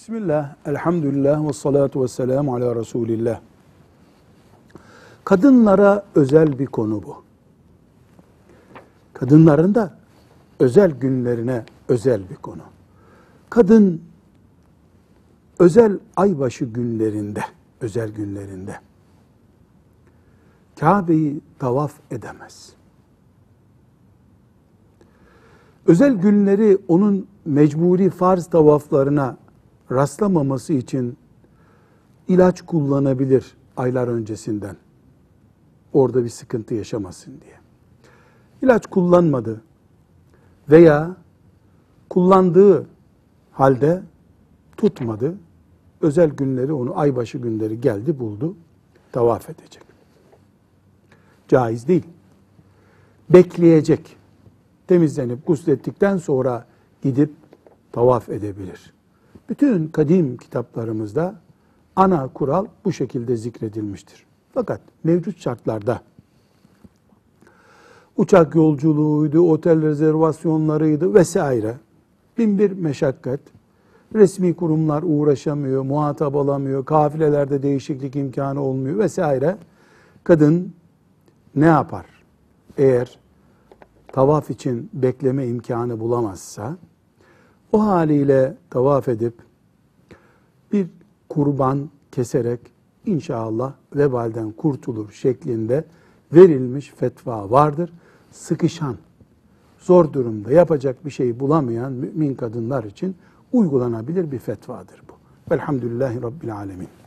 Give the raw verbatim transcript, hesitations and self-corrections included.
Bismillah, elhamdülillah ve salatu ve selamu ala Resulillah. Kadınlara özel bir konu bu. Kadınların da özel günlerine özel bir konu. Kadın özel aybaşı günlerinde, özel günlerinde Kabe'yi tavaf edemez. Özel günleri onun mecburi farz tavaflarına rastlamaması için ilaç kullanabilir aylar öncesinden. Orada bir sıkıntı yaşamasın diye. İlaç kullanmadı veya kullandığı halde tutmadı. Özel günleri onu aybaşı günleri geldi buldu. Tavaf edecek. Caiz değil. Bekleyecek. Temizlenip guslettikten sonra gidip tavaf edebilir. Bütün kadim kitaplarımızda ana kural bu şekilde zikredilmiştir. Fakat mevcut şartlarda uçak yolculuğuydu, otel rezervasyonlarıydı vesaire bin bir meşakkat, resmi kurumlar uğraşamıyor, muhatap alamıyor, kafilelerde değişiklik imkanı olmuyor vesaire. Kadın ne yapar? Eğer tavaf için bekleme imkanı bulamazsa, o haliyle tavaf edip bir kurban keserek inşallah vebalden kurtulur şeklinde verilmiş fetva vardır. Sıkışan, zor durumda yapacak bir şey bulamayan mümin kadınlar için uygulanabilir bir fetvadır bu. Velhamdülillahi Rabbil Alemin.